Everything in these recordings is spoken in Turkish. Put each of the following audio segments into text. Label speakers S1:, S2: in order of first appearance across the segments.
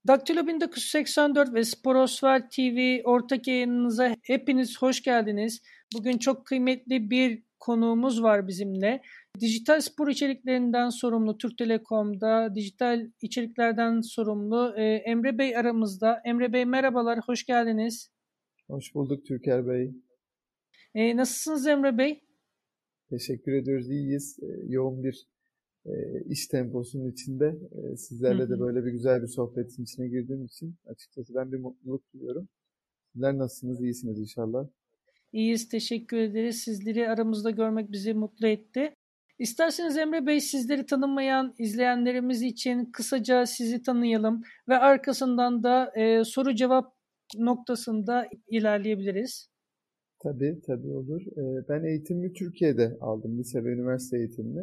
S1: Daktilo 1984 ve Sporosfer TV ortak yayınınıza hepiniz hoş geldiniz. Bugün çok kıymetli bir konuğumuz var bizimle. Dijital spor içeriklerinden sorumlu Türk Telekom'da, dijital içeriklerden sorumlu Emre Bey aramızda. Emre Bey merhabalar, hoş geldiniz.
S2: Hoş bulduk Türker Bey.
S1: Nasılsınız Emre Bey?
S2: Teşekkür ediyoruz. İyiyiz. Yoğun bir iş temposunun içinde
S1: Hı
S2: sizlerle de
S1: hı.
S2: böyle bir güzel bir sohbetin içine girdiğim için açıkçası ben bir mutluluk duyuyorum. Sizler nasılsınız? İyisiniz inşallah.
S1: İyiyiz, teşekkür ederiz. Sizleri aramızda görmek bizi mutlu etti. İsterseniz Emre Bey sizleri tanımayan izleyenlerimiz için kısaca sizi tanıyalım ve arkasından da soru cevap noktasında ilerleyebiliriz.
S2: Tabii olur. Ben eğitimimi Türkiye'de aldım. Lise ve üniversite eğitimini.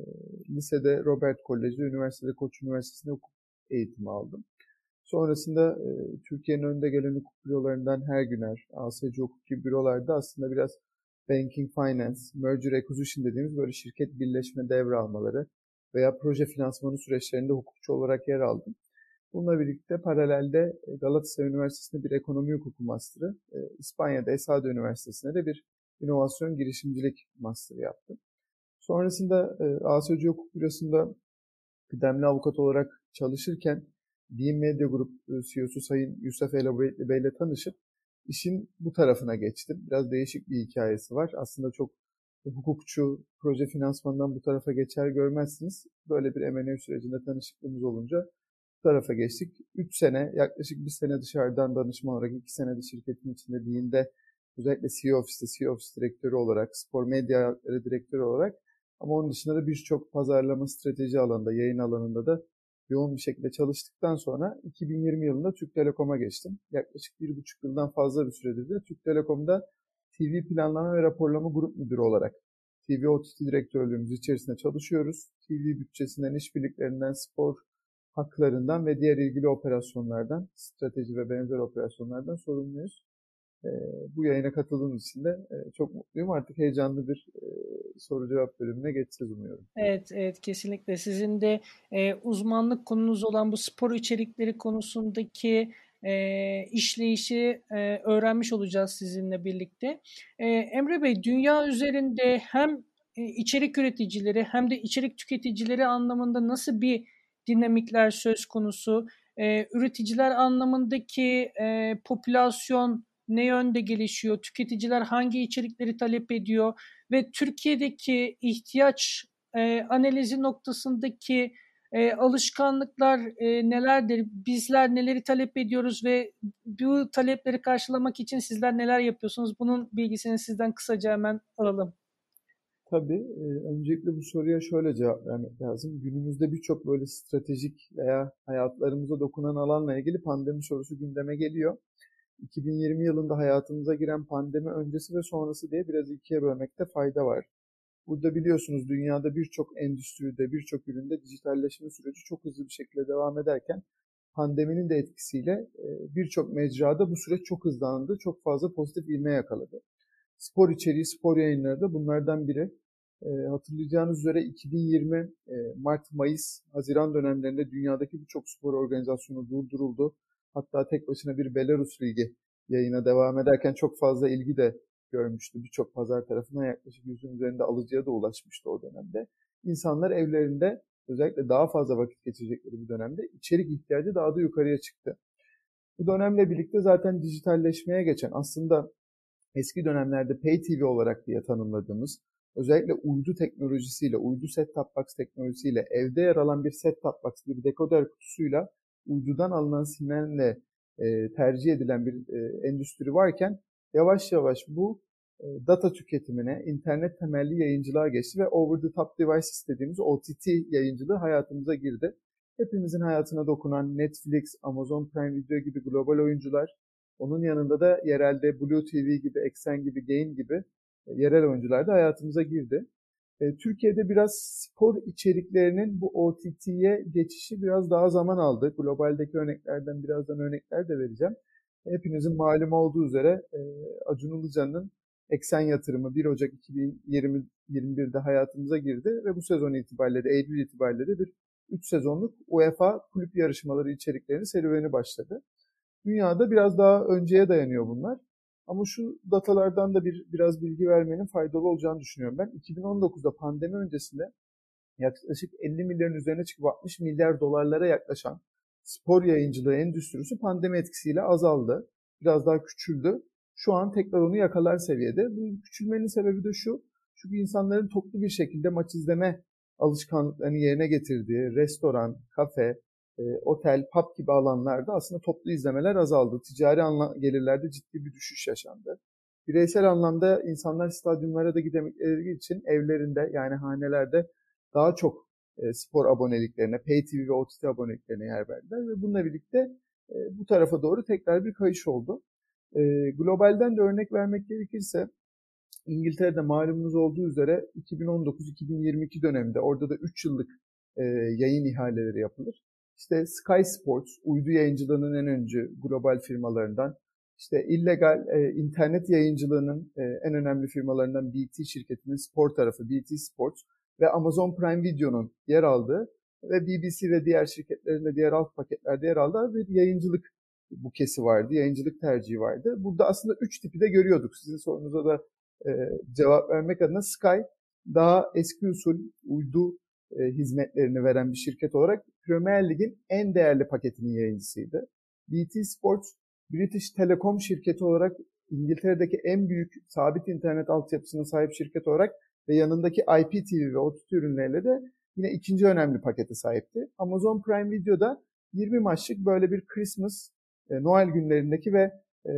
S2: Lisede Robert Kolej'de, üniversitede Koç Üniversitesi'nde hukuk eğitimi aldım. Sonrasında Türkiye'nin önde gelen hukuk bürolarından Hergüner, ASC Hukuk gibi bürolarda aslında biraz banking finance, merger acquisition dediğimiz böyle şirket birleşme devralmaları veya proje finansmanı süreçlerinde hukukçu olarak yer aldım. Bununla birlikte paralelde Galatasaray Üniversitesi'nde bir ekonomi hukuku master'ı, İspanya'da Esade Üniversitesi'nde de bir inovasyon girişimcilik master'ı yaptım. Sonrasında ASC Hukuk Bürosu'nda kıdemli avukat olarak çalışırken Beam Media Group CEO'su Sayın Yusuf Elaboratli Bey ile tanışıp işin bu tarafına geçtim. Biraz değişik bir hikayesi var. Aslında çok hukukçu, proje finansmanından bu tarafa geçer görmezsiniz. Böyle bir M&A sürecinde tanışıklığımız olunca bu tarafa geçtik. 3 sene, yaklaşık 1 sene dışarıdan danışman olarak, 2 sene de şirketin içinde Beam'de özellikle CEO ofiste, CEO ofis direktörü olarak, spor medya direktörü olarak ama onun dışında da birçok pazarlama strateji alanında, yayın alanında da yoğun bir şekilde çalıştıktan sonra 2020 yılında Türk Telekom'a geçtim. Yaklaşık 1,5 yıldan fazla bir süredir de Türk Telekom'da TV Planlama ve Raporlama Grup Müdürü olarak TV OTT direktörlüğümüz içerisinde çalışıyoruz. TV bütçesinden, işbirliklerinden, spor haklarından ve diğer ilgili operasyonlardan, strateji ve benzer operasyonlardan sorumluyuz. Bu yayına katıldığınız için de çok mutluyum. Artık heyecanlı bir soru cevap bölümüne geçeceğiz umuyorum.
S1: Evet, kesinlikle. Sizin de uzmanlık konunuz olan bu spor içerikleri konusundaki işleyişi öğrenmiş olacağız sizinle birlikte. Emre Bey, dünya üzerinde hem içerik üreticileri hem de içerik tüketicileri anlamında nasıl bir dinamikler söz konusu? Üreticiler anlamındaki popülasyon ne yönde gelişiyor? Tüketiciler hangi içerikleri talep ediyor? Ve Türkiye'deki ihtiyaç analizi noktasındaki alışkanlıklar nelerdir? Bizler neleri talep ediyoruz ve bu talepleri karşılamak için sizler neler yapıyorsunuz? Bunun bilgisini sizden kısaca hemen alalım.
S2: Tabii, öncelikle bu soruya şöyle cevap vermek lazım. Günümüzde birçok böyle stratejik veya hayatlarımıza dokunan alanla ilgili pandemi sorusu gündeme geliyor. 2020 yılında hayatımıza giren pandemi öncesi ve sonrası diye biraz ikiye bölmekte fayda var. Burada biliyorsunuz dünyada birçok endüstride, birçok üründe dijitalleşme süreci çok hızlı bir şekilde devam ederken pandeminin de etkisiyle birçok mecrada bu süreç çok hızlandı, çok fazla pozitif ivme yakaladı. Spor içeriği, spor yayınları da bunlardan biri. Hatırlayacağınız üzere 2020 Mart, Mayıs, Haziran dönemlerinde dünyadaki birçok spor organizasyonu durduruldu. Hatta tek başına bir Belarus Ligi yayına devam ederken çok fazla ilgi de görmüştü. Birçok pazar tarafından yaklaşık 100'ün üzerinde alıcıya da ulaşmıştı o dönemde. İnsanlar evlerinde özellikle daha fazla vakit geçirecekleri bir dönemde içerik ihtiyacı daha da yukarıya çıktı. Bu dönemle birlikte zaten dijitalleşmeye geçen aslında eski dönemlerde Pay TV olarak diye tanımladığımız özellikle uydu teknolojisiyle, uydu set-top box teknolojisiyle evde yer alan bir set-top box, bir dekoder kutusuyla uydudan alınan sinyalle tercih edilen bir endüstri varken yavaş yavaş bu data tüketimine, internet temelli yayıncılığa geçti ve over the top devices dediğimiz OTT yayıncılığı hayatımıza girdi. Hepimizin hayatına dokunan Netflix, Amazon Prime Video gibi global oyuncular, onun yanında da yerelde Blue TV gibi, Eksen gibi, Gain gibi yerel oyuncular da hayatımıza girdi. Türkiye'de biraz spor içeriklerinin bu OTT'ye geçişi biraz daha zaman aldı. Globaldeki örneklerden birazdan örnekler de vereceğim. Hepinizin malum olduğu üzere Acun Ilıcalı'nın Eksen yatırımı 1 Ocak 2021'de hayatımıza girdi ve bu sezon itibariyle de Eylül itibariyle de bir 3 sezonluk UEFA kulüp yarışmaları içeriklerinin serüveni başladı. Dünyada biraz daha önceye dayanıyor bunlar. Ama şu datalardan da biraz bilgi vermenin faydalı olacağını düşünüyorum ben. 2019'da pandemi öncesinde yaklaşık 50 milyarın üzerine çıkıp 60 milyar dolarlara yaklaşan spor yayıncılığı endüstrisi pandemi etkisiyle azaldı. Biraz daha küçüldü. Şu an tekrar onu yakalar seviyede. Bu küçülmenin sebebi de şu. Çünkü insanların toplu bir şekilde maç izleme alışkanlıklarını yerine getirdiği restoran, kafe, otel, pub gibi alanlarda aslında toplu izlemeler azaldı. Ticari gelirlerde ciddi bir düşüş yaşandı. Bireysel anlamda insanlar stadyumlara da gidemedikleri için evlerinde yani hanelerde daha çok spor aboneliklerine, Pay TV ve OTT aboneliklerine yer verdiler ve bununla birlikte bu tarafa doğru tekrar bir kayış oldu. Globalden de örnek vermek gerekirse İngiltere'de malumunuz olduğu üzere 2019-2022 döneminde orada da 3 yıllık yayın ihaleleri yapılır. İşte Sky Sports, uydu yayıncılığının en öncü global firmalarından, işte illegal internet yayıncılığının en önemli firmalarından BT şirketinin spor tarafı, BT Sports ve Amazon Prime Video'nun yer aldığı ve BBC ve diğer şirketlerin de diğer alt paketlerde yer aldığı bir yayıncılık bukesi vardı, yayıncılık tercihi vardı. Burada aslında 3 tipi de görüyorduk. Sizin sorunuza da cevap vermek adına Sky daha eski usul uydu hizmetlerini veren bir şirket olarak Premier Lig'in en değerli paketinin yayıncısıydı. BT Sports, British Telecom şirketi olarak İngiltere'deki en büyük sabit internet altyapısına sahip şirket olarak ve yanındaki IPTV ve OTT ürünleriyle de yine ikinci önemli pakete sahipti. Amazon Prime Video'da 20 maçlık böyle bir Christmas, Noel günlerindeki ve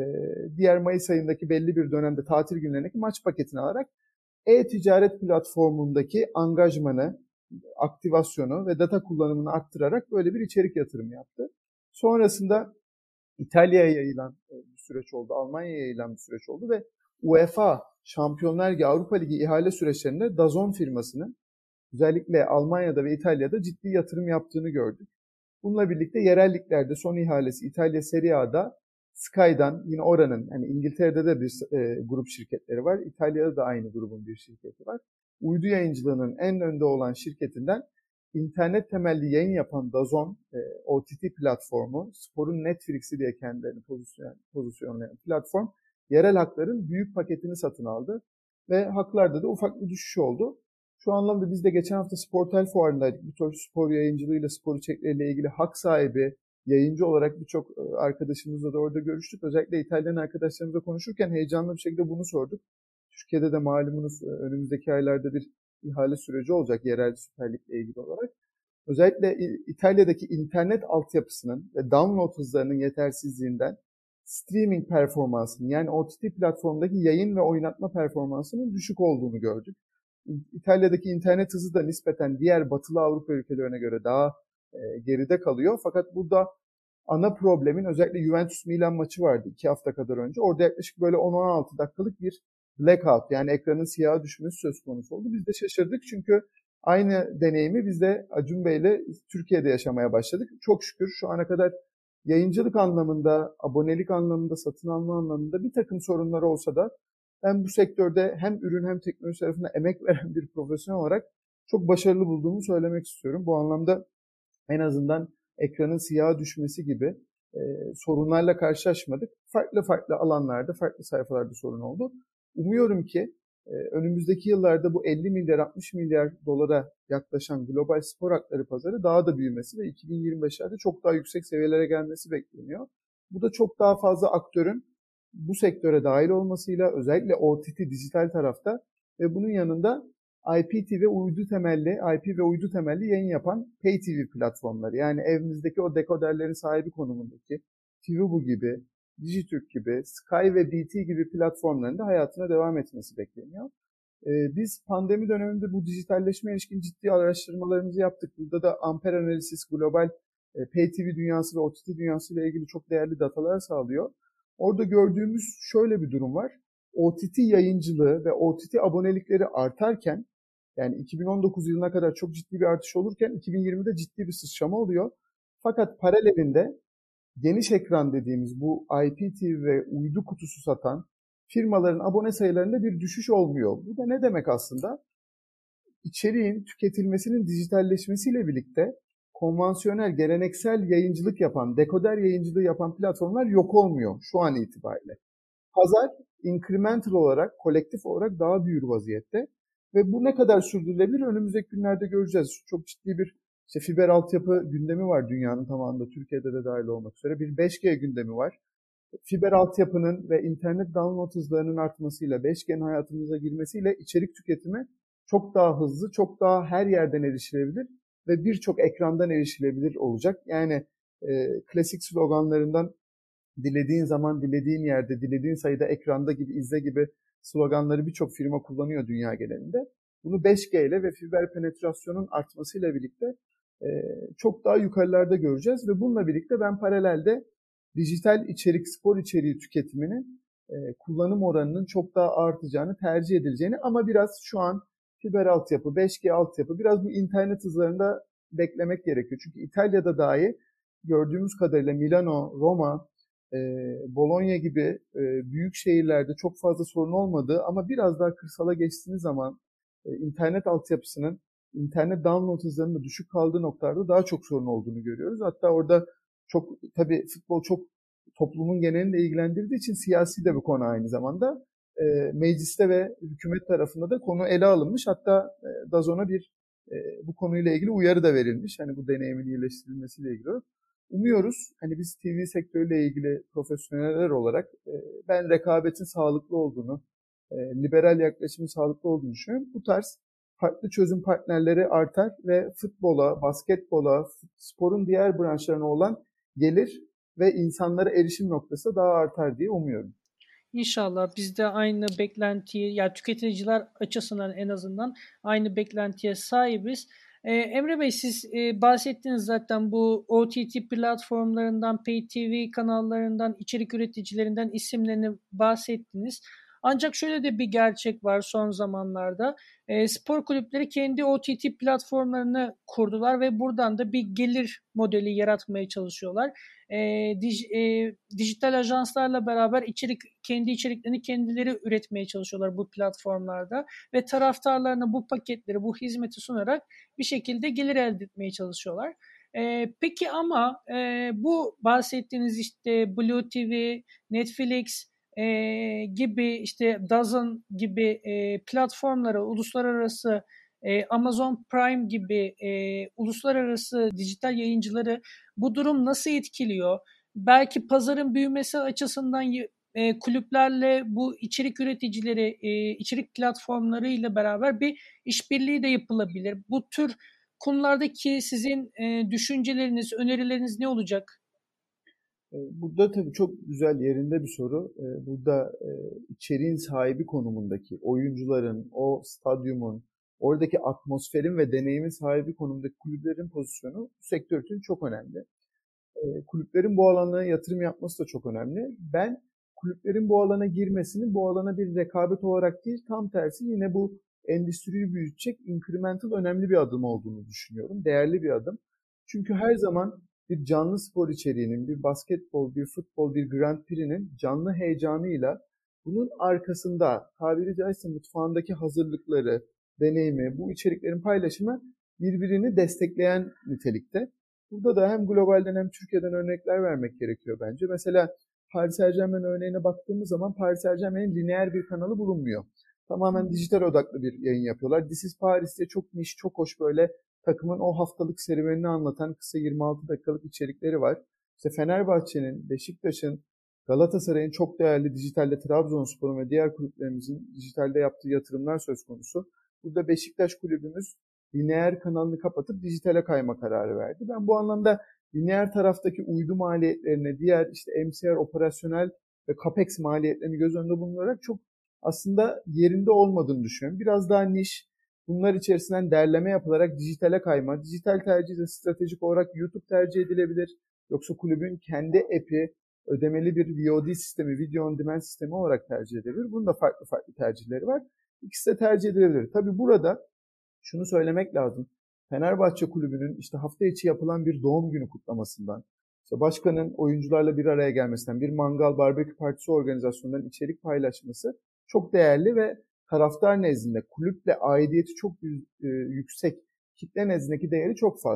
S2: diğer Mayıs ayındaki belli bir dönemde tatil günlerindeki maç paketini alarak e-ticaret platformundaki angajmanı, aktivasyonu ve data kullanımını arttırarak böyle bir içerik yatırımı yaptı. Sonrasında İtalya'ya yayılan bir süreç oldu, Almanya'ya yayılan bir süreç oldu ve UEFA, Şampiyonlar Ligi, Avrupa Ligi ihale süreçlerinde DAZN firmasının özellikle Almanya'da ve İtalya'da ciddi yatırım yaptığını gördük. Bununla birlikte yerel liglerde son ihalesi İtalya Serie A'da Sky'dan yine oranın, yani İngiltere'de de bir grup şirketleri var. İtalya'da da aynı grubun bir şirketi var. Uydu yayıncılığının en önde olan şirketinden internet temelli yayın yapan DAZN, OTT platformu, sporun Netflix'i diye kendilerini pozisyonlayan platform, yerel hakların büyük paketini satın aldı. Ve haklarda da ufak bir düşüş oldu. Şu anlamda biz de geçen hafta Sportel Fuarı'ndaydık. Birçok spor yayıncılığıyla, spor içerikleriyle ilgili hak sahibi, yayıncı olarak birçok arkadaşımızla da orada görüştük. Özellikle İtalyan arkadaşlarımızla konuşurken heyecanlı bir şekilde bunu sorduk. Türkiye'de de malumunuz önümüzdeki aylarda bir ihale süreci olacak yerel Süper Lig'le ilgili olarak. Özellikle İtalya'daki internet altyapısının ve download hızlarının yetersizliğinden streaming performansının yani OTT platformdaki yayın ve oynatma performansının düşük olduğunu gördük. İtalya'daki internet hızı da nispeten diğer batılı Avrupa ülkelerine göre daha geride kalıyor. Fakat burada ana problemin özellikle Juventus-Milan maçı vardı 2 hafta kadar önce. Orada yaklaşık böyle 10-16 dakikalık bir blackout yani ekranın siyaha düşmesi söz konusu oldu. Biz de şaşırdık çünkü aynı deneyimi biz de Acun Bey'le Türkiye'de yaşamaya başladık. Çok şükür şu ana kadar yayıncılık anlamında, abonelik anlamında, satın alma anlamında bir takım sorunları olsa da ben bu sektörde hem ürün hem teknoloji tarafında emek veren bir profesyonel olarak çok başarılı bulduğumu söylemek istiyorum. Bu anlamda en azından ekranın siyaha düşmesi gibi sorunlarla karşılaşmadık. Farklı alanlarda, farklı sayfalarda sorun oldu. Umuyorum ki önümüzdeki yıllarda bu 50 milyar, 60 milyar dolara yaklaşan global spor hakları pazarı daha da büyümesi ve 2025'lerde çok daha yüksek seviyelere gelmesi bekleniyor. Bu da çok daha fazla aktörün bu sektöre dahil olmasıyla özellikle OTT dijital tarafta ve bunun yanında IP ve uydu temelli yayın yapan Pay TV platformları. Yani evimizdeki o dekoderlerin sahibi konumundaki TVBU gibi, Dijitürk gibi, Sky ve BT gibi platformların da hayatına devam etmesi bekleniyor. Biz pandemi döneminde bu dijitalleşme ilişkin ciddi araştırmalarımızı yaptık. Burada da Ampere Analysis global Pay TV dünyası ve OTT dünyası ile ilgili çok değerli datalar sağlıyor. Orada gördüğümüz şöyle bir durum var. OTT yayıncılığı ve OTT abonelikleri artarken yani 2019 yılına kadar çok ciddi bir artış olurken 2020'de ciddi bir sıçrama oluyor. Fakat paralelinde geniş ekran dediğimiz bu IPTV ve uydu kutusu satan firmaların abone sayılarında bir düşüş olmuyor. Bu da ne demek aslında? İçeriğin tüketilmesinin dijitalleşmesiyle birlikte konvansiyonel, geleneksel yayıncılık yapan, dekoder yayıncılığı yapan platformlar yok olmuyor şu an itibariyle. Pazar incremental olarak, kolektif olarak daha büyür vaziyette. Ve bu ne kadar sürdürülebilir önümüzdeki günlerde göreceğiz. Çok ciddi bir fiber altyapı gündemi var dünyanın tamamında, Türkiye'de de dahil olmak üzere. Bir 5G gündemi var. Fiber altyapının ve internet download hızlarının artmasıyla, 5G'nin hayatımıza girmesiyle içerik tüketimi çok daha hızlı, çok daha her yerden erişilebilir ve birçok ekrandan erişilebilir olacak. Yani klasik sloganlarından dilediğin zaman, dilediğin yerde, dilediğin sayıda ekranda gibi, izle gibi sloganları birçok firma kullanıyor dünya genelinde. Bunu 5G ile ve fiber penetrasyonun artmasıyla birlikte çok daha yukarılarda göreceğiz ve bununla birlikte ben paralelde dijital içerik, spor içeriği tüketiminin kullanım oranının çok daha artacağını, tercih edileceğini ama biraz şu an fiber altyapı, 5G altyapı, biraz bu internet hızlarında beklemek gerekiyor. Çünkü İtalya'da dahi gördüğümüz kadarıyla Milano, Roma, Bologna gibi büyük şehirlerde çok fazla sorun olmadığı ama biraz daha kırsala geçtiğiniz zaman internet altyapısının, internet download hızlarının da düşük kaldığı noktalarda daha çok sorun olduğunu görüyoruz. Hatta orada çok, tabii futbol çok toplumun genelini de ilgilendirdiği için siyasi de bir konu aynı zamanda. Mecliste ve hükümet tarafında da konu ele alınmış. Hatta DAZN'a bir bu konuyla ilgili uyarı da verilmiş. Hani bu deneyimin iyileştirilmesiyle ilgili. Umuyoruz, hani biz TV sektörüyle ilgili profesyoneller olarak ben rekabetin sağlıklı olduğunu, liberal yaklaşımın sağlıklı olduğunu düşünüyorum. Bu tarz farklı çözüm partnerleri artar ve futbola, basketbola, sporun diğer branşlarına olan gelir ve insanlara erişim noktası daha artar diye umuyorum.
S1: İnşallah biz de aynı beklentiyi, ya tüketiciler açısından en azından aynı beklentiye sahibiz. Emre Bey, siz bahsettiniz zaten bu OTT platformlarından, Pay TV kanallarından, içerik üreticilerinden isimlerini bahsettiniz. Ancak şöyle de bir gerçek var son zamanlarda. Spor kulüpleri kendi OTT platformlarını kurdular ve buradan da bir gelir modeli yaratmaya çalışıyorlar. Dijital ajanslarla beraber kendi içeriklerini kendileri üretmeye çalışıyorlar bu platformlarda ve taraftarlarına bu paketleri, bu hizmeti sunarak bir şekilde gelir elde etmeye çalışıyorlar. Peki ama bu bahsettiğiniz işte Blue TV, Netflix gibi, işte DAZN gibi platformlara, uluslararası Amazon Prime gibi uluslararası dijital yayıncıları bu durum nasıl etkiliyor? Belki pazarın büyümesi açısından kulüplerle bu içerik üreticileri, içerik platformları ile beraber bir işbirliği de yapılabilir. Bu tür konulardaki sizin düşünceleriniz, önerileriniz ne olacak?
S2: Burada tabii çok güzel, yerinde bir soru. Burada içeriğin sahibi konumundaki oyuncuların, o stadyumun, oradaki atmosferin ve deneyimin sahibi konumundaki kulüplerin pozisyonu bu sektör için çok önemli. Kulüplerin bu alanlara yatırım yapması da çok önemli. Ben kulüplerin bu alana girmesinin bu alana bir rekabet olarak değil, tam tersi yine bu endüstriyi büyütecek incremental önemli bir adım olduğunu düşünüyorum. Değerli bir adım. Çünkü her zaman bir canlı spor içeriğinin, bir basketbol, bir futbol, bir Grand Prix'nin canlı heyecanıyla bunun arkasında tabiri caizse mutfağındaki hazırlıkları, deneyimi, bu içeriklerin paylaşımı birbirini destekleyen nitelikte. Burada da hem globalden hem Türkiye'den örnekler vermek gerekiyor bence. Mesela Paris Saint-Germain örneğine baktığımız zaman Paris Saint-Germain'in lineer bir kanalı bulunmuyor. Tamamen dijital odaklı bir yayın yapıyorlar. This is Paris diye çok niş, çok hoş böyle takımın o haftalık serüvenini anlatan kısa 26 dakikalık içerikleri var. İşte Fenerbahçe'nin, Beşiktaş'ın, Galatasaray'ın çok değerli dijitalde, Trabzonspor'un ve diğer kulüplerimizin dijitalde yaptığı yatırımlar söz konusu. Burada Beşiktaş kulübümüz lineer kanalını kapatıp dijitale kayma kararı verdi. Ben bu anlamda lineer taraftaki uydu maliyetlerine, diğer işte MCR operasyonel ve CAPEX maliyetlerini göz önünde bulundurarak çok aslında yerinde olmadığını düşünüyorum. Biraz daha niş, bunlar içerisinden derleme yapılarak dijitale kayma, dijital tercih de stratejik olarak YouTube tercih edilebilir. Yoksa kulübün kendi app'i, ödemeli bir VOD sistemi, Video On Demand sistemi olarak tercih edilebilir. Bunun da farklı farklı tercihleri var. İkisi de tercih edilebilir. Tabii burada şunu söylemek lazım. Fenerbahçe Kulübü'nün işte hafta içi yapılan bir doğum günü kutlamasından, işte başkanın oyuncularla bir araya gelmesinden, bir mangal, barbekü partisi organizasyonundan içerik paylaşması çok değerli ve taraftar nezdinde kulüple aidiyeti çok yüksek, kitle nezdindeki değeri çok fazla.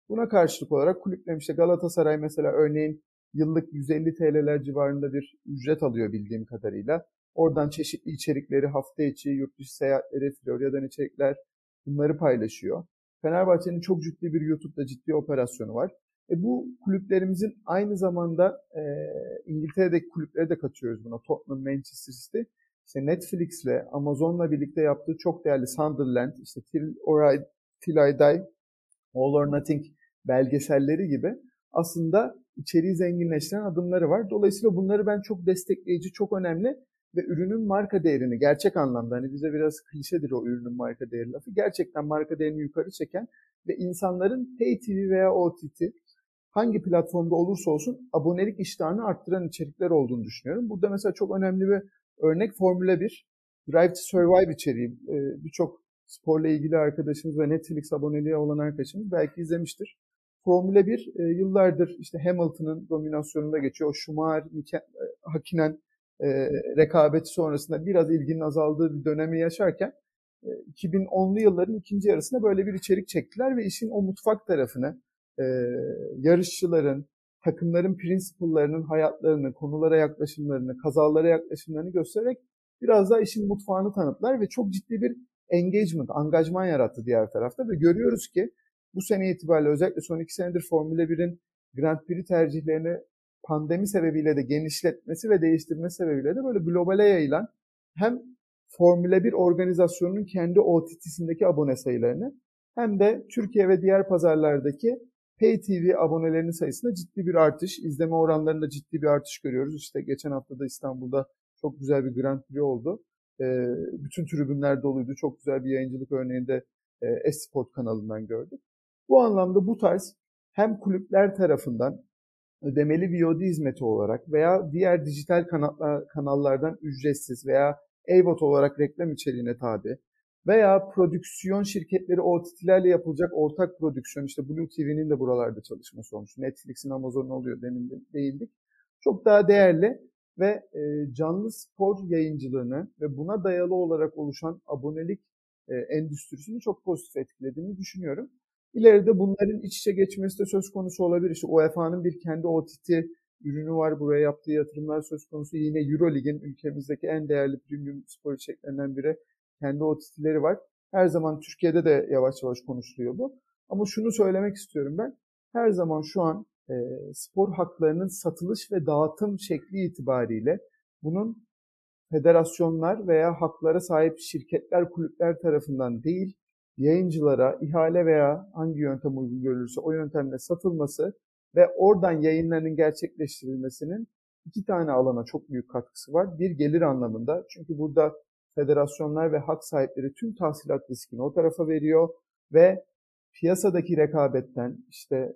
S2: Buna karşılık olarak kulüplerim işte Galatasaray mesela örneğin yıllık 150 TL'ler civarında bir ücret alıyor bildiğim kadarıyla. Oradan çeşitli içerikleri hafta içi, yurt dışı seyahatleri, Florya'dan içerikler bunları paylaşıyor. Fenerbahçe'nin çok ciddi bir YouTube'da ciddi operasyonu var. Bu kulüplerimizin aynı zamanda İngiltere'deki kulüpleri de katıyoruz buna. Tottenham, Manchester City. İşte Netflix'le, Amazon'la birlikte yaptığı çok değerli Sunderland, işte Till I Die, All or Nothing belgeselleri gibi aslında içeriği zenginleştiren adımları var. Dolayısıyla bunları ben çok destekleyici, çok önemli ve ürünün marka değerini gerçek anlamda, hani bize biraz klişedir o ürünün marka değeri lafı, gerçekten marka değerini yukarı çeken ve insanların Pay TV veya OTT hangi platformda olursa olsun abonelik iştahını arttıran içerikler olduğunu düşünüyorum. Burada mesela çok önemli bir örnek Formula 1, Drive to Survive içeriği. Birçok sporla ilgili arkadaşımız ve Netflix aboneliği olan arkadaşımız belki izlemiştir. Formula 1 yıllardır işte Hamilton'ın dominasyonunda geçiyor. O Schumacher, Hakkinen rekabeti sonrasında biraz ilginin azaldığı bir dönemi yaşarken 2010'lu yılların ikinci yarısında böyle bir içerik çektiler ve işin o mutfak tarafını, yarışçıların, takımların principle'larının hayatlarını, konulara yaklaşımlarını, kazalara yaklaşımlarını göstererek biraz daha işin mutfağını tanıttılar ve çok ciddi bir engagement, angajman yarattı diğer tarafta ve görüyoruz ki bu sene itibariyle özellikle son 2 senedir Formula 1'in Grand Prix tercihlerini pandemi sebebiyle de genişletmesi ve değiştirmesi sebebiyle de böyle globale yayılan hem Formula 1 organizasyonunun kendi OTT'sindeki abone sayılarını hem de Türkiye ve diğer pazarlardaki Pay TV abonelerinin sayısında ciddi bir artış, izleme oranlarında ciddi bir artış görüyoruz. İşte geçen hafta da İstanbul'da çok güzel bir Grand Prix oldu. Bütün tribünler doluydu. Çok güzel bir yayıncılık örneğinde Esport kanalından gördük. Bu anlamda bu tarz hem kulüpler tarafından ödemeli VOD hizmeti olarak veya diğer dijital kanallardan ücretsiz veya AVOD olarak reklam içeriğine tabi veya prodüksiyon şirketleri OTT'lerle yapılacak ortak prodüksiyon, işte Blue TV'nin de buralarda çalışması olmuş. Netflix'in, Amazon'un oluyor, demin de değindik. Çok daha değerli ve canlı spor yayıncılığını ve buna dayalı olarak oluşan abonelik endüstrisini çok pozitif etkilediğini düşünüyorum. İleride bunların iç içe geçmesi de söz konusu olabilir. İşte UEFA'nın bir kendi OTT ürünü var. Buraya yaptığı yatırımlar söz konusu. Yine Eurolig'in ülkemizdeki en değerli premium spor içeriklerinden biri. Kendi OTT'leri var. Her zaman Türkiye'de de yavaş yavaş konuşuluyor bu. Ama şunu söylemek istiyorum ben. Her zaman şu an spor haklarının satılış ve dağıtım şekli itibariyle bunun federasyonlar veya haklara sahip şirketler, kulüpler tarafından değil, yayıncılara ihale veya hangi yöntem uygun görülürse o yöntemle satılması ve oradan yayınlarının gerçekleştirilmesinin 2 tane alana çok büyük katkısı var. Bir, gelir anlamında. Çünkü burada federasyonlar ve hak sahipleri tüm tahsilat riskini o tarafa veriyor ve piyasadaki rekabetten işte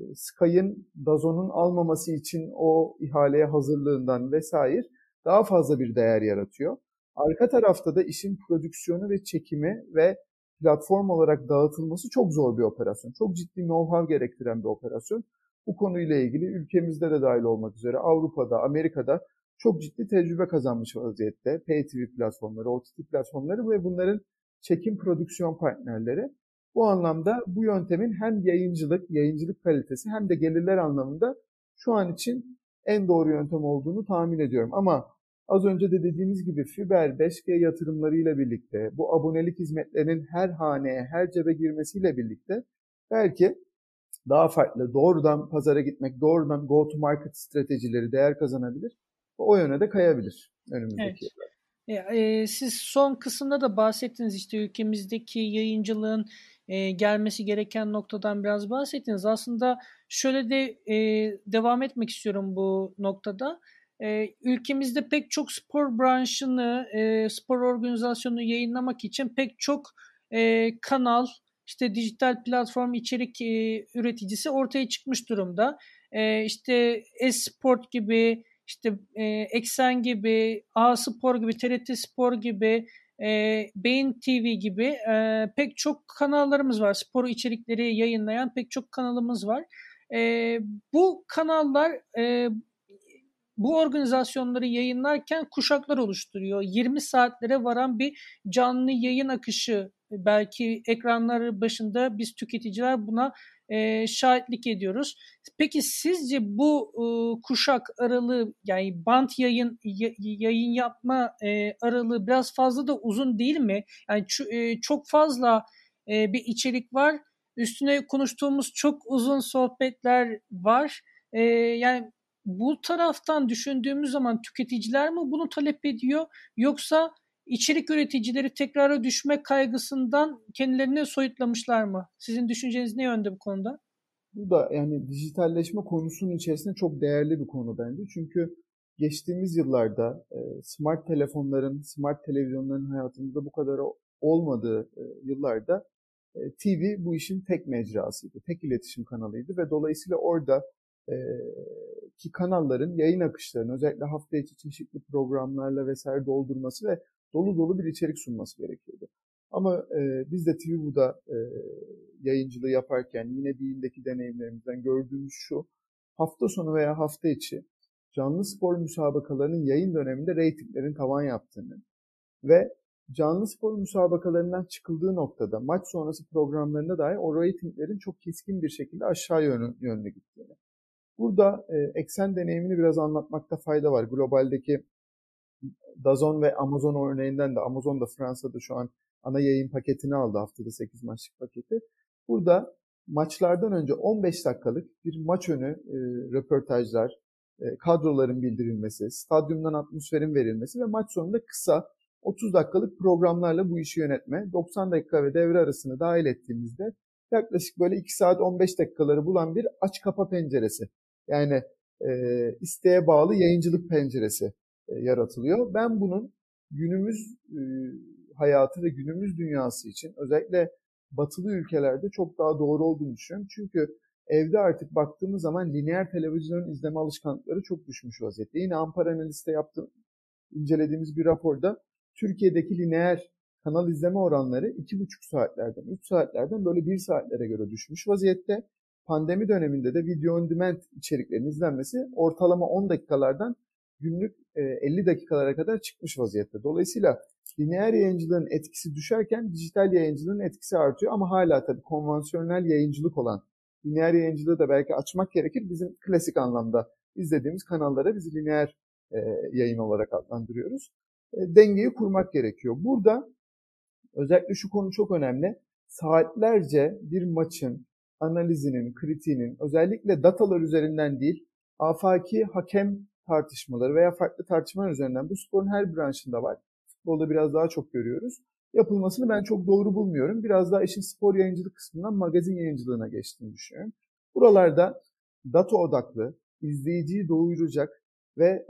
S2: Sky'ın DAZN'un almaması için o ihaleye hazırlığından vesaire daha fazla bir değer yaratıyor. Arka tarafta da işin prodüksiyonu ve çekimi ve platform olarak dağıtılması çok zor bir operasyon. Çok ciddi know-how gerektiren bir operasyon. Bu konuyla ilgili ülkemizde de dahil olmak üzere Avrupa'da, Amerika'da çok ciddi tecrübe kazanmış vaziyette. Pay TV platformları, OTT platformları ve bunların çekim prodüksiyon partnerleri. Bu anlamda bu yöntemin hem yayıncılık kalitesi hem de gelirler anlamında şu an için en doğru yöntem olduğunu tahmin ediyorum. Ama az önce de dediğimiz gibi fiber 5G yatırımlarıyla birlikte bu abonelik hizmetlerinin her haneye, her cebe girmesiyle birlikte belki daha farklı, doğrudan pazara gitmek, doğrudan go to market stratejileri değer kazanabilir. O yöne de kayabilir önümüzdeki yıllar.
S1: Siz son kısımda da bahsettiniz, işte ülkemizdeki yayıncılığın gelmesi gereken noktadan biraz bahsettiniz. Aslında şöyle de devam etmek istiyorum bu noktada. Ülkemizde pek çok spor branşını, spor organizasyonunu yayınlamak için pek çok kanal, işte dijital platform içerik üreticisi ortaya çıkmış durumda. İşte Esport gibi, işte Eksen gibi, A Spor gibi, TRT Spor gibi, Bein TV gibi pek çok kanallarımız var. Spor içerikleri yayınlayan pek çok kanalımız var. Bu kanallar bu organizasyonları yayınlarken kuşaklar oluşturuyor. 20 saatlere varan bir canlı yayın akışı belki ekranları başında biz tüketiciler buna şahitlik ediyoruz. Peki sizce bu kuşak aralığı, yani bant yayın yapma aralığı biraz fazla da uzun değil mi? Yani çok fazla bir içerik var. Üstüne konuştuğumuz çok uzun sohbetler var. Yani bu taraftan düşündüğümüz zaman tüketiciler mi bunu talep ediyor, yoksa içerik üreticileri tekrara düşme kaygısından kendilerini soyutlamışlar mı? Sizin düşünceniz ne yönde bu konuda?
S2: Bu da yani dijitalleşme konusunun içerisinde çok değerli bir konu bence. Çünkü geçtiğimiz yıllarda smart telefonların, smart televizyonların hayatımızda bu kadar olmadığı yıllarda TV bu işin tek mecrasıydı, tek iletişim kanalıydı ve dolayısıyla orada e, ki kanalların yayın akışlarını özellikle hafta içi çeşitli programlarla vesaire doldurması ve dolu dolu bir içerik sunması gerekiyordu. Ama biz de TVBU'da yayıncılığı yaparken yine BİM'deki deneyimlerimizden gördüğümüz şu, hafta sonu veya hafta içi canlı spor müsabakalarının yayın döneminde reytinglerin tavan yaptığını ve canlı spor müsabakalarından çıkıldığı noktada maç sonrası programlarında dahi o reytinglerin çok keskin bir şekilde aşağı yönlü gittiğini. Burada eksen deneyimini biraz anlatmakta fayda var. Globaldeki DAZN ve Amazon örneğinden de, Amazon da Fransa'da şu an ana yayın paketini aldı, haftada 8 maçlık paketi. Burada maçlardan önce 15 dakikalık bir maç önü röportajlar, kadroların bildirilmesi, stadyumdan atmosferin verilmesi ve maç sonunda kısa 30 dakikalık programlarla bu işi yönetme. 90 dakika ve devre arasını dahil ettiğimizde yaklaşık böyle 2 saat 15 dakikaları bulan bir aç kapa penceresi. Yani isteğe bağlı yayıncılık penceresi yaratılıyor. Ben bunun günümüz hayatı ve günümüz dünyası için özellikle batılı ülkelerde çok daha doğru olduğunu düşünüyorum. Çünkü evde artık baktığımız zaman lineer televizyonun izleme alışkanlıkları çok düşmüş vaziyette. Yine Ampar Analist'te incelediğimiz bir raporda Türkiye'deki lineer kanal izleme oranları 2,5 saatlerden, 3 saatlerden böyle 1 saatlere göre düşmüş vaziyette. Pandemi döneminde de video on demand içeriklerin izlenmesi ortalama 10 dakikalardan günlük 50 dakikalara kadar çıkmış vaziyette. Dolayısıyla lineer yayıncılığın etkisi düşerken dijital yayıncılığın etkisi artıyor ama hala tabii konvansiyonel yayıncılık olan lineer yayıncılığı da belki açmak gerekir. Bizim klasik anlamda izlediğimiz kanallara biz lineer yayın olarak adlandırıyoruz. Dengeyi kurmak gerekiyor. Burada özellikle şu konu çok önemli. Saatlerce bir maçın analizinin, kritiğinin özellikle datalar üzerinden değil, afaki hakem tartışmaları veya farklı tartışmalar üzerinden bu sporun her branşında var. Futbolda biraz daha çok görüyoruz. Yapılmasını ben çok doğru bulmuyorum. Biraz daha işin spor yayıncılık kısmından magazin yayıncılığına geçtiğini düşünüyorum. Buralarda data odaklı, izleyiciyi doyuracak ve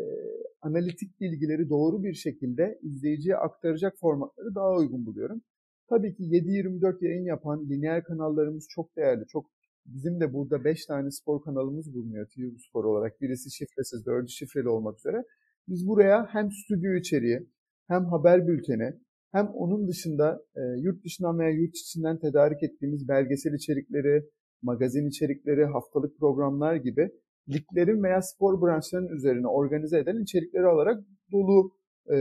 S2: analitik bilgileri doğru bir şekilde izleyiciye aktaracak formatları daha uygun buluyorum. Tabii ki 7/24 yayın yapan lineer kanallarımız çok değerli. Bizim de burada 5 tane spor kanalımız bulunuyor TV Spor olarak. Birisi şifresiz, 4'ü şifreli olmak üzere. Biz buraya hem stüdyo içeriği, hem haber bülteni, hem onun dışında yurt dışından veya yurt içinden tedarik ettiğimiz belgesel içerikleri, magazin içerikleri, haftalık programlar gibi liglerin veya spor branşlarının üzerine organize eden içerikleri alarak dolu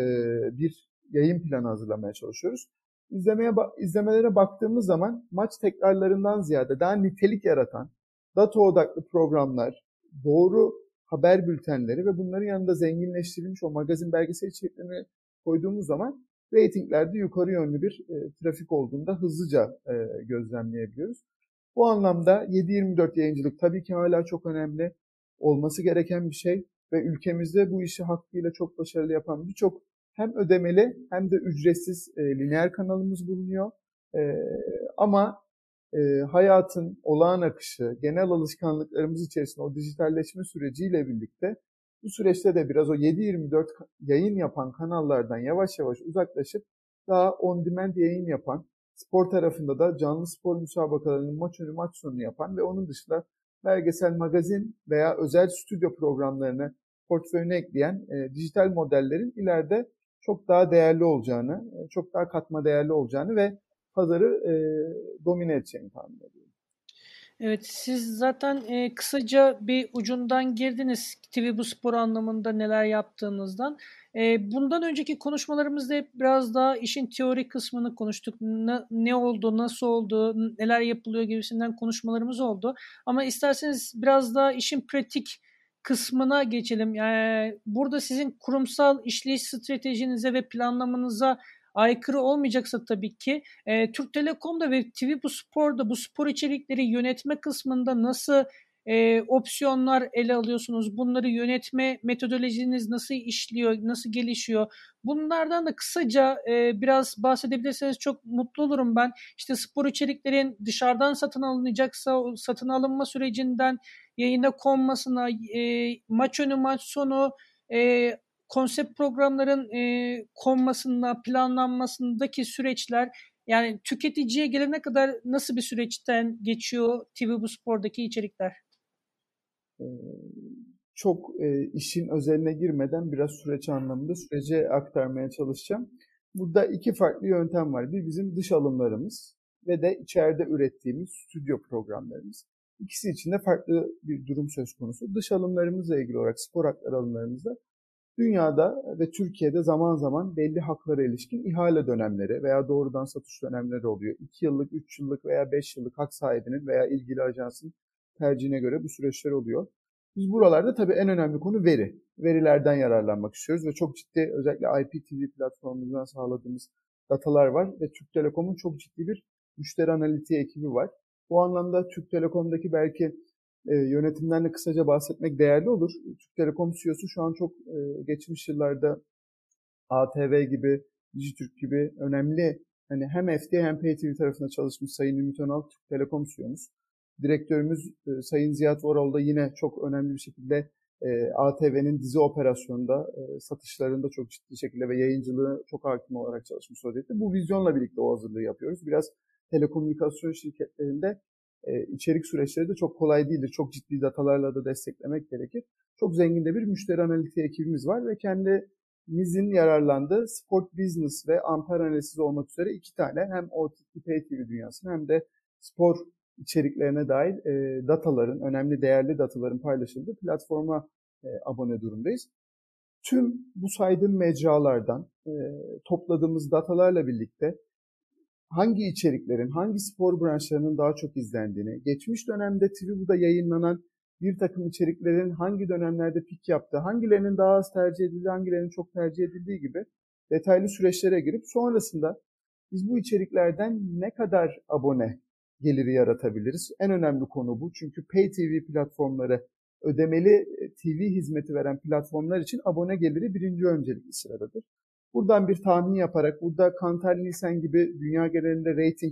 S2: bir yayın planı hazırlamaya çalışıyoruz. İzlemelere baktığımız zaman maç tekrarlarından ziyade daha nitelik yaratan, data odaklı programlar, doğru haber bültenleri ve bunların yanında zenginleştirilmiş o magazin belgesel içeriklerini koyduğumuz zaman reytinglerde yukarı yönlü bir trafik olduğunda hızlıca gözlemleyebiliyoruz. Bu anlamda 7/24 yayıncılık tabii ki hala çok önemli, olması gereken bir şey ve ülkemizde bu işi hakkıyla çok başarılı yapan birçok hem ödemeli hem de ücretsiz lineer kanalımız bulunuyor. Ama hayatın olağan akışı, genel alışkanlıklarımız içerisinde o dijitalleşme süreciyle birlikte bu süreçte de biraz o 7/24 yayın yapan kanallardan yavaş yavaş uzaklaşıp daha on demand yayın yapan, spor tarafında da canlı spor müsabakalarının maç önü maç sonu yapan ve onun dışında belgesel, magazin veya özel stüdyo programlarını portföyüne ekleyen dijital modellerin ileride çok daha değerli olacağını, çok daha katma değerli olacağını ve pazarı domine edeceğini tahmin ediyorum.
S1: Evet, siz zaten kısaca bir ucundan girdiniz TV Bu Spor anlamında neler yaptığınızdan. Bundan önceki konuşmalarımızda hep biraz daha işin teori kısmını konuştuk. Ne oldu, nasıl oldu, neler yapılıyor gibisinden konuşmalarımız oldu. Ama isterseniz biraz daha işin pratik kısmına geçelim. Burada sizin kurumsal işleyiş stratejinize ve planlamanıza aykırı olmayacaksa tabii ki Türk Telekom'da ve TV Bu Spor'da bu spor içerikleri yönetme kısmında nasıl opsiyonlar ele alıyorsunuz? Bunları yönetme metodolojiniz nasıl işliyor, nasıl gelişiyor? Bunlardan da kısaca biraz bahsedebilirseniz çok mutlu olurum ben. İşte spor içeriklerin dışarıdan satın alınacaksa o satın alınma sürecinden yayına konmasına, maç önü maç sonu konsept programların konmasında, planlanmasındaki süreçler yani tüketiciye gelene kadar nasıl bir süreçten geçiyor TV Bu Spor'daki içerikler?
S2: Ee, Çok işin özeline girmeden biraz süreç anlamında sürece aktarmaya çalışacağım. Burada iki farklı yöntem var. Bir bizim dış alımlarımız ve de içeride ürettiğimiz stüdyo programlarımız. İkisi için de farklı bir durum söz konusu. Dış alımlarımızla ilgili olarak spor hakları alımlarımızda dünyada ve Türkiye'de zaman zaman belli haklara ilişkin ihale dönemleri veya doğrudan satış dönemleri oluyor. 2 yıllık, 3 yıllık veya 5 yıllık hak sahibinin veya ilgili ajansın tercihine göre bu süreçler oluyor. Biz buralarda tabii en önemli konu veri. Verilerden yararlanmak istiyoruz ve çok ciddi özellikle IPTV platformundan sağladığımız datalar var ve Türk Telekom'un çok ciddi bir müşteri analitiği ekibi var. Bu anlamda Türk Telekom'daki belki yönetimden de kısaca bahsetmek değerli olur. Türk Telekom CEO'su şu an çok geçmiş yıllarda ATV gibi, Dijitürk gibi önemli hani hem FD hem Pay TV tarafında çalışmış Sayın Ümit Önal, Türk Telekom CEO'muz. Direktörümüz Sayın Ziya Varol da yine çok önemli bir şekilde ATV'nin dizi operasyonunda, satışlarında çok ciddi şekilde ve yayıncılığı çok hakim olarak çalışmış vaziyette. Bu vizyonla birlikte o hazırlığı yapıyoruz. Biraz telekomünikasyon şirketlerinde içerik süreçleri de çok kolay değildir. Çok ciddi datalarla da desteklemek gerekir. Çok zengin de bir müşteri analitiği ekibimiz var ve kendimizin yararlandığı Sport Business ve Amper Analiz olmak üzere iki tane hem OTT Pay TV dünyasının hem de spor içeriklerine dair dataların, önemli değerli dataların paylaşıldığı platforma abone durumdayız. Tüm bu saydığım mecralardan topladığımız datalarla birlikte hangi içeriklerin, hangi spor branşlarının daha çok izlendiğini, geçmiş dönemde TVBU'da yayınlanan bir takım içeriklerin hangi dönemlerde pik yaptığı, hangilerinin daha az tercih edildiği, hangilerinin çok tercih edildiği gibi detaylı süreçlere girip sonrasında biz bu içeriklerden ne kadar abone geliri yaratabiliriz? En önemli konu bu. Çünkü Pay TV platformları, ödemeli TV hizmeti veren platformlar için abone geliri birinci öncelikli sıradadır. Buradan bir tahmin yaparak, burada Kantar Nielsen gibi dünya genelinde rating,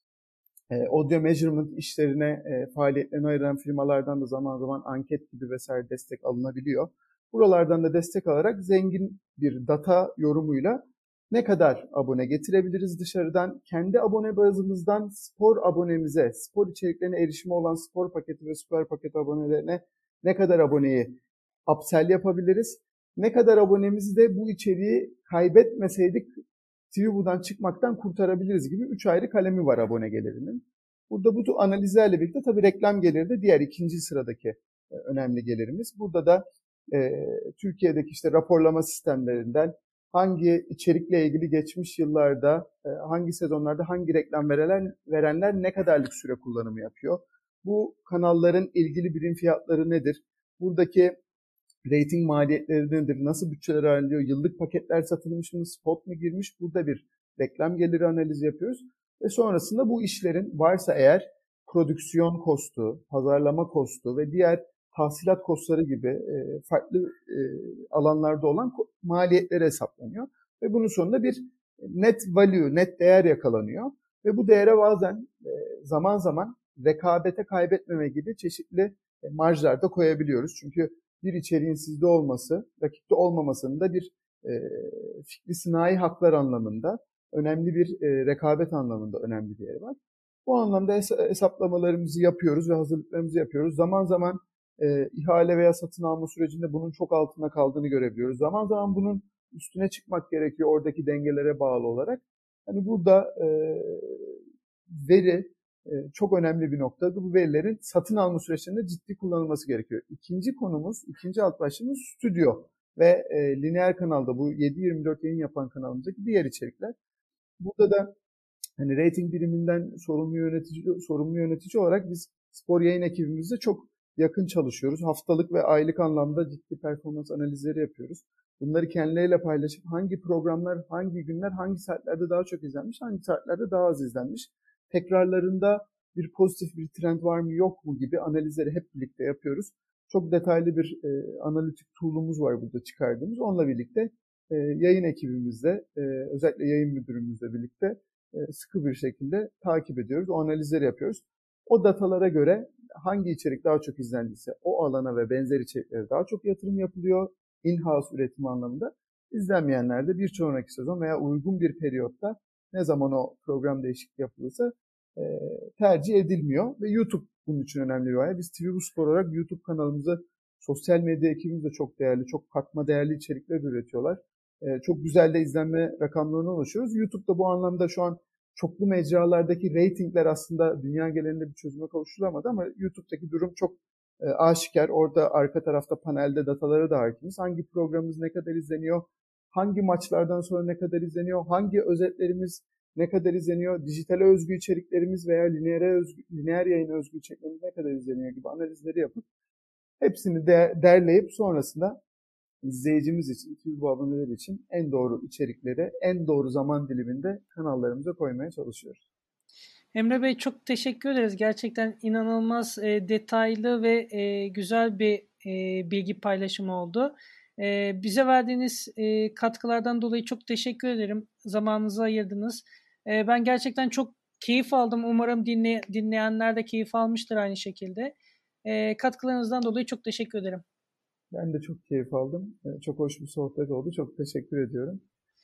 S2: audio measurement işlerine, faaliyetlerini ayıran firmalardan da zaman zaman anket gibi vesaire destek alınabiliyor. Buralardan da destek alarak zengin bir data yorumuyla ne kadar abone getirebiliriz dışarıdan, kendi abone bazımızdan spor abonemize, spor içeriklerine erişimi olan spor paketi ve süper paket abonelerine ne kadar aboneyi upsell yapabiliriz, ne kadar abonemizi de bu içeriği kaybetmeseydik TVBU'dan çıkmaktan kurtarabiliriz gibi 3 ayrı kalemi var abone gelirinin. Burada bu analizlerle birlikte tabii reklam geliri de diğer ikinci sıradaki önemli gelirimiz. Burada da Türkiye'deki işte raporlama sistemlerinden hangi içerikle ilgili geçmiş yıllarda, hangi sezonlarda hangi reklam verenler ne kadarlık süre kullanımı yapıyor? Bu kanalların ilgili birim fiyatları nedir? Buradaki rating maliyetleri nedir? Nasıl bütçeler ayarlıyor? Yıllık paketler satılmış mı? Spot mu girmiş? Burada bir reklam geliri analizi yapıyoruz. Ve sonrasında bu işlerin varsa eğer prodüksiyon kostu, pazarlama kostu ve diğer tahsilat kostları gibi farklı alanlarda olan maliyetleri hesaplanıyor. Ve bunun sonunda bir net value, net değer yakalanıyor. Ve bu değere bazen zaman zaman rekabete kaybetmeme gibi çeşitli marjlar da koyabiliyoruz. Çünkü bir içeriğin sizde olması, rakipte olmamasının da bir fikri sınai haklar anlamında önemli bir rekabet anlamında önemli bir yeri var. Bu anlamda hesaplamalarımızı yapıyoruz ve hazırlıklarımızı yapıyoruz. Zaman zaman ihale veya satın alma sürecinde bunun çok altında kaldığını görebiliyoruz. Zaman zaman bunun üstüne çıkmak gerekiyor oradaki dengelere bağlı olarak. Hani burada veri çok önemli bir nokta. Bu verilerin satın alma süreçlerinde ciddi kullanılması gerekiyor. İkinci konumuz, ikinci alt başlığımız stüdyo ve lineer kanalda bu 7/24 yayın yapan kanalımızdaki diğer içerikler. Burada da hani rating biriminden sorumlu yönetici olarak biz spor yayın ekibimizle çok yakın çalışıyoruz. Haftalık ve aylık anlamda ciddi performans analizleri yapıyoruz. Bunları kendileriyle paylaşıp hangi programlar, hangi günler, hangi saatlerde daha çok izlenmiş, hangi saatlerde daha az izlenmiş, tekrarlarında bir pozitif bir trend var mı yok mu gibi analizleri hep birlikte yapıyoruz. Çok detaylı bir analitik tool'umuz var burada çıkardığımız. Onunla birlikte yayın ekibimizle, özellikle yayın müdürümüzle birlikte sıkı bir şekilde takip ediyoruz. O analizleri yapıyoruz. O datalara göre hangi içerik daha çok izlendiyse o alana ve benzer içeriklere daha çok yatırım yapılıyor. In-house üretim anlamında. İzlenmeyenler de bir sonraki sezon veya uygun bir periyotta ne zaman o program değişikliği yapılırsa tercih edilmiyor. Ve YouTube bunun için önemli bir olay. Biz TV Bu Spor olarak YouTube kanalımıza sosyal medya ekibimiz de çok değerli, çok katma değerli içerikler üretiyorlar. Çok güzel de izlenme rakamlarına ulaşıyoruz. YouTube'da bu anlamda şu an çoklu mecralardaki reytingler aslında dünya genelinde bir çözüme kavuşturamadı ama YouTube'daki durum çok aşikar. Orada arka tarafta panelde datalara da hakimiz. Hangi programımız ne kadar izleniyor, hangi maçlardan sonra ne kadar izleniyor, hangi özetlerimiz ne kadar izleniyor, dijitale özgü içeriklerimiz veya lineer yayına özgü içeriklerimiz ne kadar izleniyor gibi analizleri yapıp hepsini derleyip sonrasında izleyicimiz için, bu aboneler için en doğru içerikleri, en doğru zaman diliminde kanallarımıza koymaya çalışıyoruz.
S1: Emre Bey çok teşekkür ederiz. Gerçekten inanılmaz detaylı ve güzel bir bilgi paylaşımı oldu. Bize verdiğiniz katkılardan dolayı çok teşekkür ederim. Zamanınızı ayırdınız. Ben gerçekten çok keyif aldım. Umarım dinleyenler de keyif almıştır aynı şekilde. Katkılarınızdan dolayı çok teşekkür ederim.
S2: Ben de çok keyif aldım. Çok hoş bir sohbet oldu. Çok teşekkür ediyorum.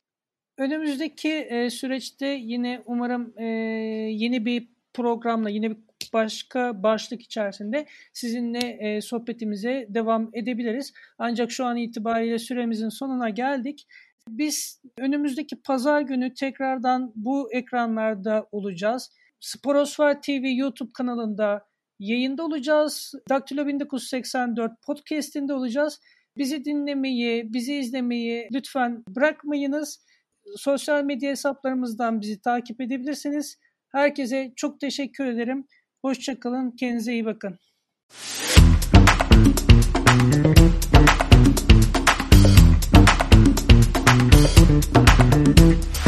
S1: Önümüzdeki süreçte yine umarım yeni bir programla, yine bir başka başlık içerisinde sizinle sohbetimize devam edebiliriz. Ancak şu an itibariyle süremizin sonuna geldik. Biz önümüzdeki pazar günü tekrardan bu ekranlarda olacağız. Sporosfer TV YouTube kanalında yayında olacağız. Daktilo 1984 podcast'inde olacağız. Bizi dinlemeyi, bizi izlemeyi lütfen bırakmayınız. Sosyal medya hesaplarımızdan bizi takip edebilirsiniz. Herkese çok teşekkür ederim. Hoşça kalın, kendinize iyi bakın.